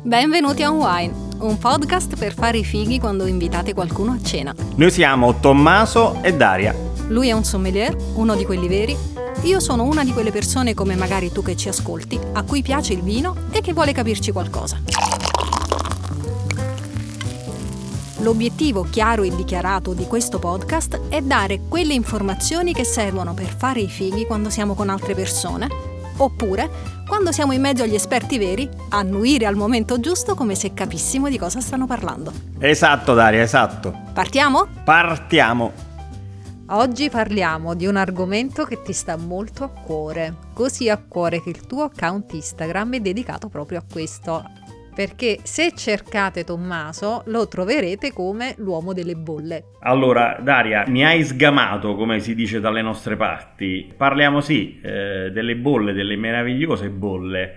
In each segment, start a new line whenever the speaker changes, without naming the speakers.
Benvenuti a Unwine, un podcast per fare i fighi quando invitate qualcuno a cena.
Noi siamo Tommaso e Daria.
Lui è un sommelier, uno di quelli veri. Io sono una di quelle persone come magari tu che ci ascolti, a cui piace il vino e che vuole capirci qualcosa. L'obiettivo chiaro e dichiarato di questo podcast è dare quelle informazioni che servono per fare i fighi quando siamo con altre persone, oppure, quando siamo in mezzo agli esperti veri, annuire al momento giusto come se capissimo di cosa stanno parlando.
Esatto Daria, esatto.
Partiamo?
Partiamo.
Oggi parliamo di un argomento che ti sta molto a cuore, così a cuore che il tuo account Instagram è dedicato proprio a questo. Perché se cercate Tommaso lo troverete come l'uomo delle bolle.
Allora Daria, mi hai sgamato, come si dice dalle nostre parti. Parliamo delle bolle, delle meravigliose bolle.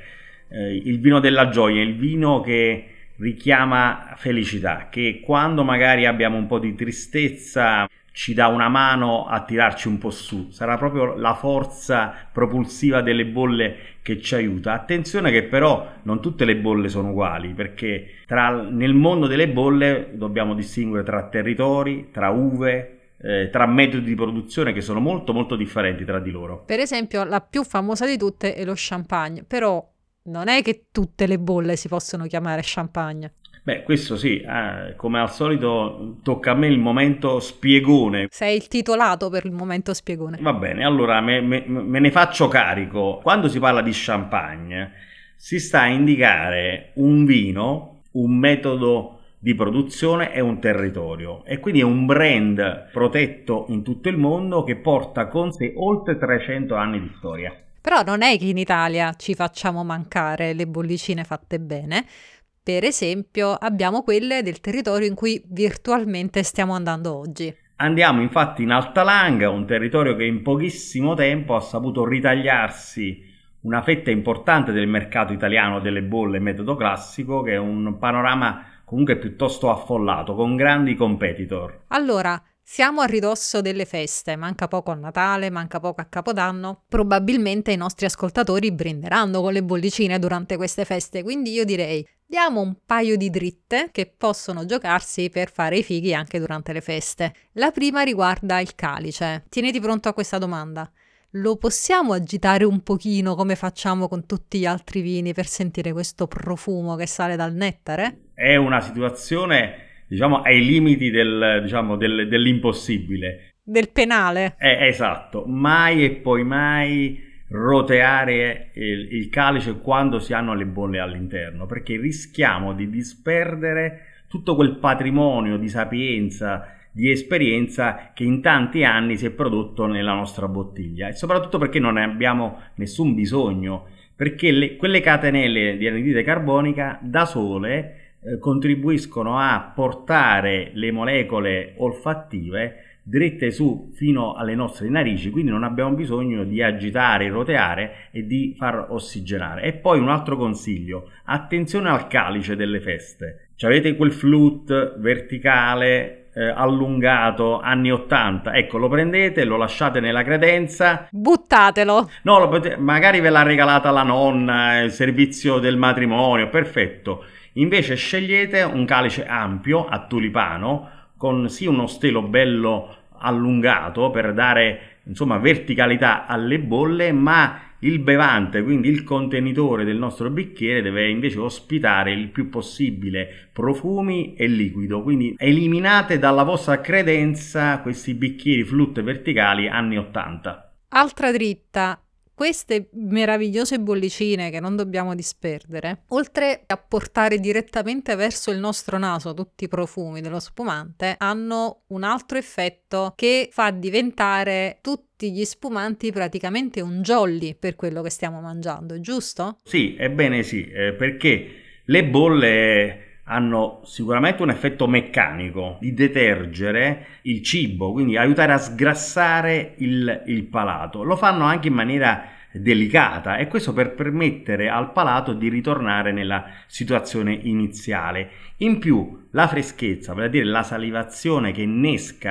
Il vino della gioia, il vino che richiama felicità, che quando magari abbiamo un po' di tristezza ci dà una mano a tirarci un po' su. Sarà proprio la forza propulsiva delle bolle che ci aiuta. Attenzione che però non tutte le bolle sono uguali, perché nel mondo delle bolle dobbiamo distinguere tra territori, tra uve, tra metodi di produzione che sono molto molto differenti tra di loro.
Per esempio la più famosa di tutte è lo champagne, però non è che tutte le bolle si possono chiamare champagne.
Beh, questo sì, come al solito tocca a me il momento spiegone.
Sei il titolato per il momento spiegone.
Va bene, allora me ne faccio carico. Quando si parla di champagne si sta a indicare un vino, un metodo di produzione e un territorio, e quindi è un brand protetto in tutto il mondo che porta con sé oltre 300 anni di storia.
Però non è che in Italia ci facciamo mancare le bollicine fatte bene. Per esempio, abbiamo quelle del territorio in cui virtualmente stiamo andando oggi.
Andiamo infatti in Alta Langa, un territorio che in pochissimo tempo ha saputo ritagliarsi una fetta importante del mercato italiano delle bolle metodo classico, che è un panorama comunque piuttosto affollato, con grandi competitor.
Allora, siamo a ridosso delle feste, manca poco a Natale, manca poco a Capodanno. Probabilmente i nostri ascoltatori brinderanno con le bollicine durante queste feste, quindi io direi diamo un paio di dritte che possono giocarsi per fare i fighi anche durante le feste. La prima riguarda il calice. Tieniti pronto a questa domanda. Lo possiamo agitare un pochino come facciamo con tutti gli altri vini per sentire questo profumo che sale dal nettare?
È una situazione, diciamo, ai limiti dell'impossibile.
Del penale.
Esatto, mai e poi mai roteare il calice quando si hanno le bolle all'interno, perché rischiamo di disperdere tutto quel patrimonio di sapienza, di esperienza che in tanti anni si è prodotto nella nostra bottiglia, e soprattutto perché non ne abbiamo nessun bisogno, perché quelle catenelle di anidride carbonica da sole contribuiscono a portare le molecole olfattive dritte su fino alle nostre narici, quindi non abbiamo bisogno di agitare, roteare e di far ossigenare. E poi un altro consiglio: attenzione al calice delle feste. Avete quel flute verticale allungato anni 80, ecco, lo prendete, lo lasciate nella credenza,
buttatelo.
No, magari ve l'ha regalata la nonna, il servizio del matrimonio, perfetto. Invece scegliete un calice ampio a tulipano, con sì uno stelo bello allungato per dare insomma verticalità alle bolle, ma il bevante, quindi il contenitore del nostro bicchiere, deve invece ospitare il più possibile profumi e liquido, quindi eliminate dalla vostra credenza questi bicchieri flute verticali anni 80.
Altra dritta. Queste meravigliose bollicine che non dobbiamo disperdere, oltre a portare direttamente verso il nostro naso tutti i profumi dello spumante, hanno un altro effetto che fa diventare tutti gli spumanti praticamente un jolly per quello che stiamo mangiando, giusto?
Sì, ebbene sì, perché le bolle hanno sicuramente un effetto meccanico di detergere il cibo, quindi aiutare a sgrassare il palato. Lo fanno anche in maniera delicata, e questo per permettere al palato di ritornare nella situazione iniziale. In più la freschezza, vale a dire la salivazione che innesca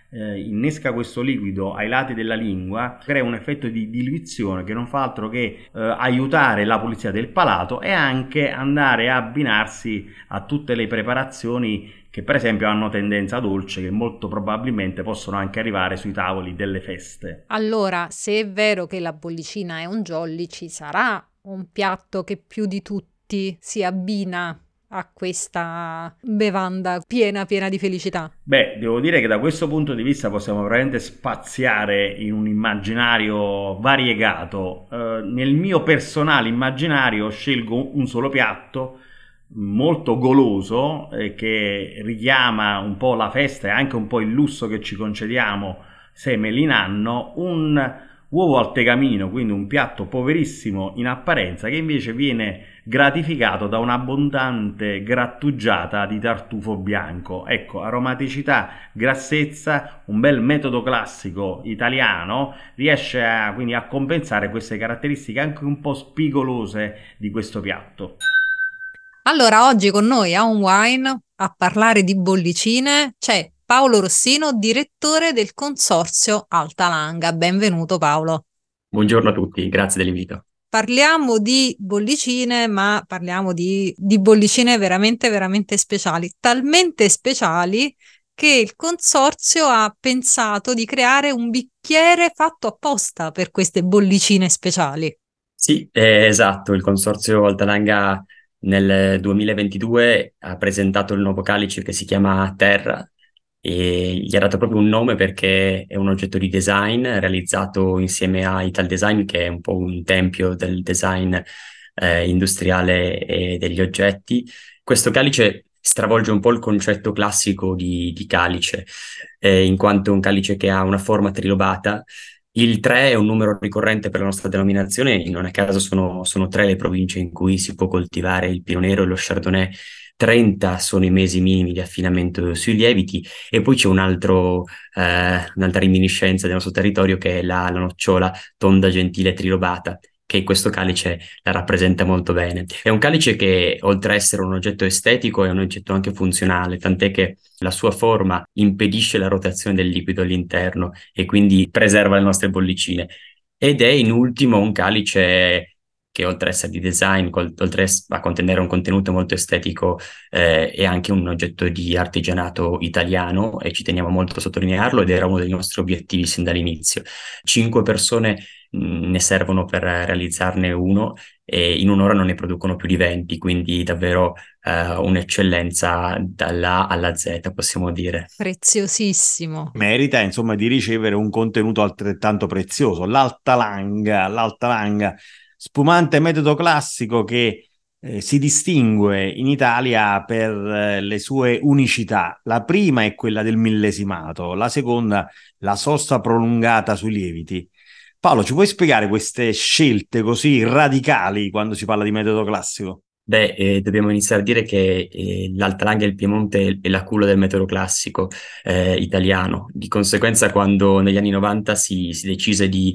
innesca questo liquido ai lati della lingua, crea un effetto di diluizione che non fa altro che aiutare la pulizia del palato e anche andare a abbinarsi a tutte le preparazioni che per esempio hanno tendenza dolce, che molto probabilmente possono anche arrivare sui tavoli delle feste.
Allora, se è vero che la bollicina è un jolly, ci sarà un piatto che più di tutti si abbina a questa bevanda piena di felicità?
Beh, devo dire che da questo punto di vista possiamo veramente spaziare in un immaginario variegato. Nel mio personale immaginario scelgo un solo piatto molto goloso, che richiama un po' la festa e anche un po' il lusso che ci concediamo semeli in anno, un uovo al tegamino, quindi un piatto poverissimo in apparenza, che invece viene gratificato da un'abbondante grattugiata di tartufo bianco. Ecco, aromaticità, grassezza, un bel metodo classico italiano riesce quindi a compensare queste caratteristiche anche un po' spigolose di questo piatto.
Allora, oggi con noi a Un Wine a parlare di bollicine c'è Paolo Rossino, direttore del consorzio Alta Langa. Benvenuto Paolo.
Buongiorno a tutti, grazie dell'invito.
Parliamo di bollicine, ma parliamo di bollicine veramente speciali, talmente speciali che il consorzio ha pensato di creare un bicchiere fatto apposta per queste bollicine speciali.
Sì, esatto, il Consorzio Altalanga nel 2022 ha presentato il nuovo calice che si chiama Terra e gli ha dato proprio un nome perché è un oggetto di design realizzato insieme a Ital Design, che è un po' un tempio del design industriale e degli oggetti. Questo calice stravolge un po' il concetto classico di calice, in quanto è un calice che ha una forma trilobata. Il 3 è un numero ricorrente per la nostra denominazione, non a caso sono 3 le province in cui si può coltivare il Pinot Nero e lo Chardonnay, 30 sono i mesi minimi di affinamento sui lieviti e poi c'è un'altra reminiscenza del nostro territorio che è la nocciola tonda gentile trilobata, che in questo calice la rappresenta molto bene. È un calice che, oltre a essere un oggetto estetico, è un oggetto anche funzionale, tant'è che la sua forma impedisce la rotazione del liquido all'interno e quindi preserva le nostre bollicine. Ed è in ultimo un calice che, oltre a essere di design, oltre a contenere un contenuto molto estetico, è anche un oggetto di artigianato italiano e ci teniamo molto a sottolinearlo ed era uno dei nostri obiettivi sin dall'inizio. 5 persone ne servono per realizzarne uno e in un'ora non ne producono più di 20, quindi davvero un'eccellenza dalla A alla Z, possiamo dire.
Preziosissimo.
Merita insomma di ricevere un contenuto altrettanto prezioso. L'Alta Langa, spumante metodo classico che si distingue in Italia per le sue unicità. La prima è quella del millesimato, la seconda la sosta prolungata sui lieviti. Paolo, ci puoi spiegare queste scelte così radicali quando si parla di metodo classico?
Beh, dobbiamo iniziare a dire che l'Alta Langa e il Piemonte è la culla del metodo classico italiano. Di conseguenza, quando negli anni 90 si decise di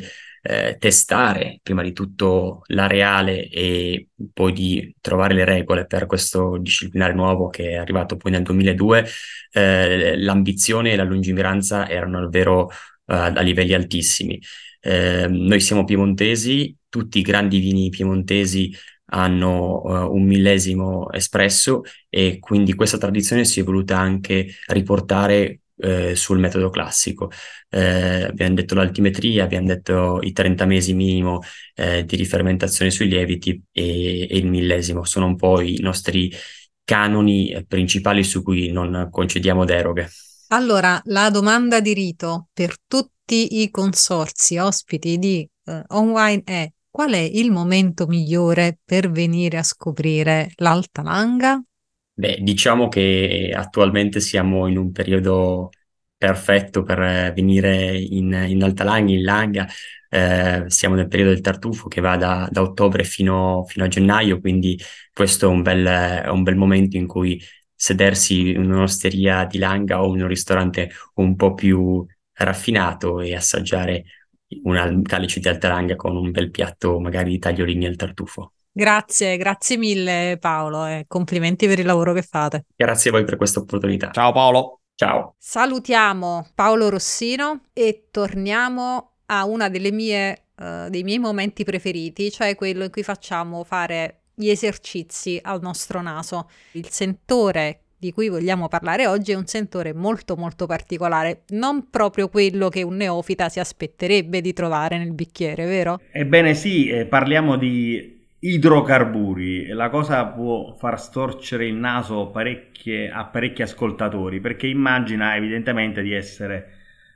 testare prima di tutto l'areale e poi di trovare le regole per questo disciplinare nuovo che è arrivato poi nel 2002, l'ambizione e la lungimiranza erano davvero a livelli altissimi. Noi siamo piemontesi, tutti i grandi vini piemontesi hanno un millesimo espresso e quindi questa tradizione si è voluta anche riportare sul metodo classico. Abbiamo detto l'altimetria, abbiamo detto i 30 mesi minimo di rifermentazione sui lieviti e il millesimo. Sono un po' i nostri canoni principali su cui non concediamo deroghe.
Allora, la domanda di rito per tutti i consorzi ospiti di On Wine è: qual è il momento migliore per venire a scoprire l'Alta Langa?
Beh, diciamo che attualmente siamo in un periodo perfetto per venire in Alta Langa, in Langa. Siamo nel periodo del tartufo che va da ottobre fino a gennaio, quindi questo è un bel momento in cui sedersi in un'osteria di Langa o in un ristorante un po' più raffinato e assaggiare un calice di Alta Langa con un bel piatto magari di tagliolini al tartufo.
Grazie mille Paolo e complimenti per il lavoro che fate.
Grazie a voi per questa opportunità.
Ciao Paolo.
Ciao.
Salutiamo Paolo Rossino e torniamo a una dei miei momenti preferiti, cioè quello in cui facciamo fare gli esercizi al nostro naso. Il sentore di cui vogliamo parlare oggi è un sentore molto molto particolare, non proprio quello che un neofita si aspetterebbe di trovare nel bicchiere, vero?
Ebbene sì, parliamo di idrocarburi. La cosa può far storcere il naso a parecchi ascoltatori, perché immagina evidentemente di essere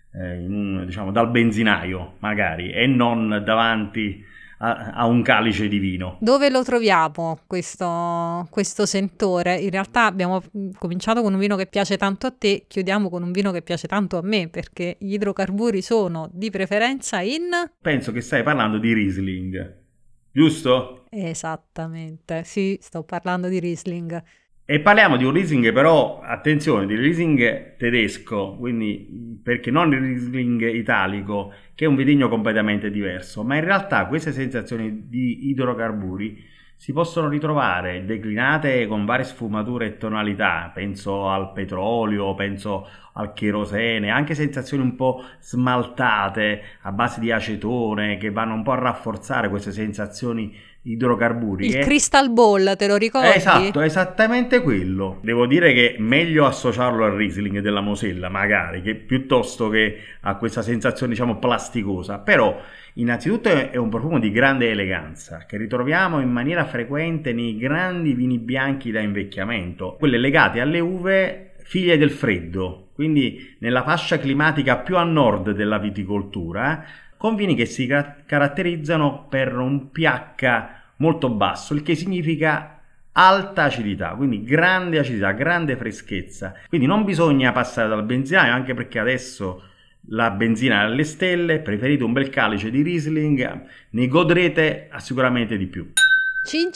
dal benzinaio magari, e non davanti a un calice di vino.
Dove lo troviamo questo sentore? In realtà abbiamo cominciato con un vino che piace tanto a te, chiudiamo con un vino che piace tanto a me, perché gli idrocarburi sono di preferenza in...
Penso che stai parlando di Riesling, giusto?
Esattamente, sì, sto parlando di Riesling.
E parliamo di un Riesling, però attenzione, di Riesling tedesco, quindi perché non il Riesling italico, che è un vitigno completamente diverso, ma in realtà queste sensazioni di idrocarburi si possono ritrovare declinate con varie sfumature e tonalità, penso al petrolio, penso al cherosene, anche sensazioni un po' smaltate a base di acetone che vanno un po' a rafforzare queste sensazioni idrocarburi.
Il Crystal Ball, te lo ricordi?
Esatto, esattamente quello. Devo dire che è meglio associarlo al Riesling della Mosella, magari, che piuttosto che a questa sensazione, diciamo, plasticosa. Però, innanzitutto è un profumo di grande eleganza, che ritroviamo in maniera frequente nei grandi vini bianchi da invecchiamento, quelle legate alle uve figlie del freddo, quindi nella fascia climatica più a nord della viticoltura, con vini che si caratterizzano per un pH molto basso, il che significa alta acidità, quindi grande acidità, grande freschezza. Quindi non bisogna passare dal benzinaio, anche perché adesso la benzina è alle stelle, preferite un bel calice di Riesling, ne godrete sicuramente di più.
Cin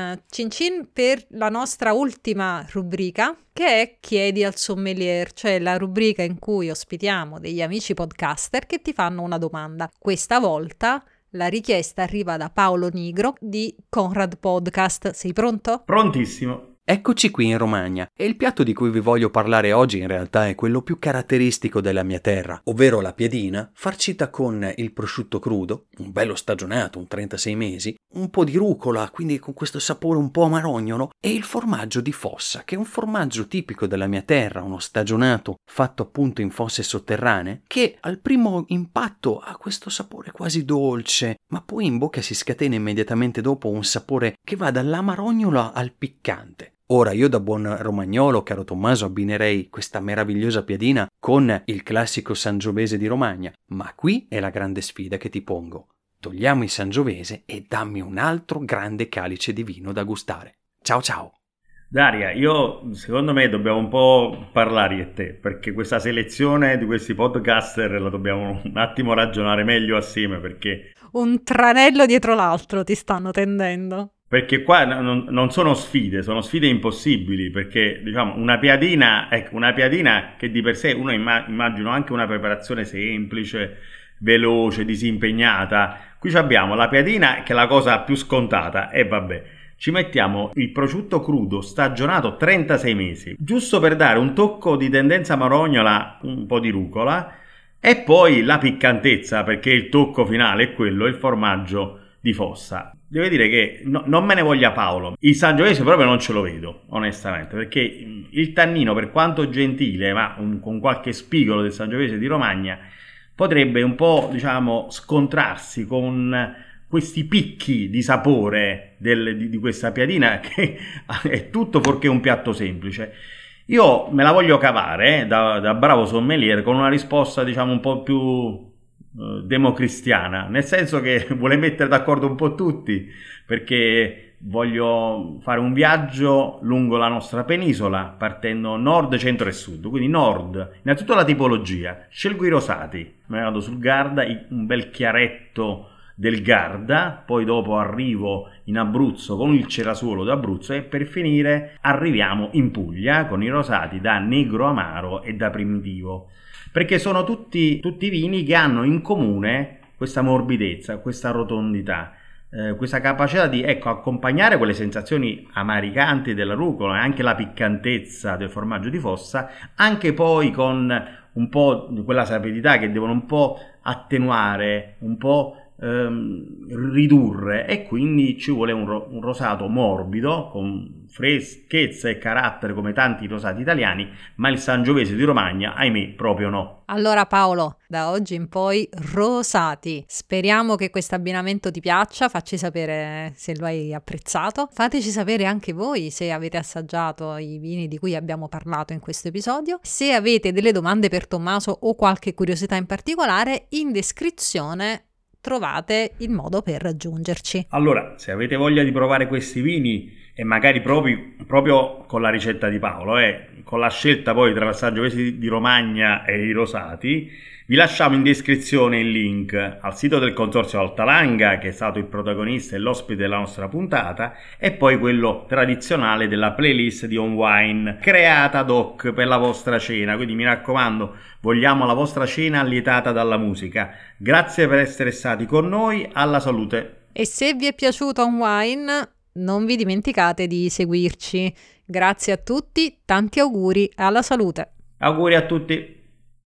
cin per la nostra ultima rubrica, che è Chiedi al sommelier, cioè la rubrica in cui ospitiamo degli amici podcaster che ti fanno una domanda. Questa volta la richiesta arriva da Paolo Nigro di Conrad Podcast. Sei pronto?
Prontissimo.
Eccoci qui in Romagna e il piatto di cui vi voglio parlare oggi in realtà è quello più caratteristico della mia terra, ovvero la piadina, farcita con il prosciutto crudo, un bello stagionato, un 36 mesi, un po' di rucola, quindi con questo sapore un po' amarognolo, e il formaggio di fossa, che è un formaggio tipico della mia terra, uno stagionato fatto appunto in fosse sotterranee, che al primo impatto ha questo sapore quasi dolce, ma poi in bocca si scatena immediatamente dopo un sapore che va dall'amarognolo al piccante. Ora io da buon romagnolo, caro Tommaso, abbinerei questa meravigliosa piadina con il classico sangiovese di Romagna, ma qui è la grande sfida che ti pongo. Togliamo il sangiovese e dammi un altro grande calice di vino da gustare. Ciao ciao!
Daria, secondo me dobbiamo un po' parlare io e te, perché questa selezione di questi podcaster la dobbiamo un attimo ragionare meglio assieme, perché
Un tranello dietro l'altro ti stanno tendendo.
Perché qua non sono sfide, sono sfide impossibili, perché diciamo una piadina che di per sé uno immagino anche una preparazione semplice, veloce, disimpegnata. Qui abbiamo la piadina che è la cosa più scontata e vabbè, ci mettiamo il prosciutto crudo stagionato 36 mesi, giusto per dare un tocco di tendenza marognola, un po' di rucola, e poi la piccantezza, perché il tocco finale è quello, il formaggio di fossa. Devo dire che non me ne voglia Paolo, il sangiovese proprio non ce lo vedo, onestamente, perché il tannino, per quanto gentile, ma con qualche spigolo del sangiovese di Romagna, potrebbe un po', diciamo, scontrarsi con questi picchi di sapore di questa piadina, che è tutto fuorché un piatto semplice. Io me la voglio cavare da bravo sommelier con una risposta, diciamo, un po' più democristiana, nel senso che vuole mettere d'accordo un po' tutti, perché voglio fare un viaggio lungo la nostra penisola partendo nord, centro e sud. Quindi nord, innanzitutto la tipologia, scelgo i rosati, me vado sul Garda, un bel chiaretto del Garda, poi dopo arrivo in Abruzzo con il Cerasuolo d'Abruzzo e per finire arriviamo in Puglia con i rosati da Negro Amaro e da Primitivo, perché sono tutti vini che hanno in comune questa morbidezza, questa rotondità. questa capacità di accompagnare quelle sensazioni amaricanti della rucola e anche la piccantezza del formaggio di fossa, anche poi con un po' di quella sapidità che devono un po' attenuare, un po' ridurre, e quindi ci vuole un rosato morbido con freschezza e carattere come tanti rosati italiani, ma il Sangiovese di Romagna, ahimè, proprio no.
Allora Paolo, da oggi in poi rosati. Speriamo che questo abbinamento ti piaccia, facci sapere se lo hai apprezzato. Fateci sapere anche voi se avete assaggiato i vini di cui abbiamo parlato in questo episodio. Se avete delle domande per Tommaso o qualche curiosità in particolare, in descrizione trovate il modo per raggiungerci.
Allora, se avete voglia di provare questi vini e magari proprio con la ricetta di Paolo, con la scelta poi tra il Sangiovese di Romagna e i rosati, vi lasciamo in descrizione il link al sito del Consorzio Altalanga, che è stato il protagonista e l'ospite della nostra puntata, e poi quello tradizionale della playlist di On Wine, creata ad hoc per la vostra cena. Quindi mi raccomando, vogliamo la vostra cena allietata dalla musica. Grazie per essere stati con noi, alla salute!
E se vi è piaciuto On Wine, non vi dimenticate di seguirci. Grazie a tutti, tanti auguri, alla salute!
Auguri a tutti!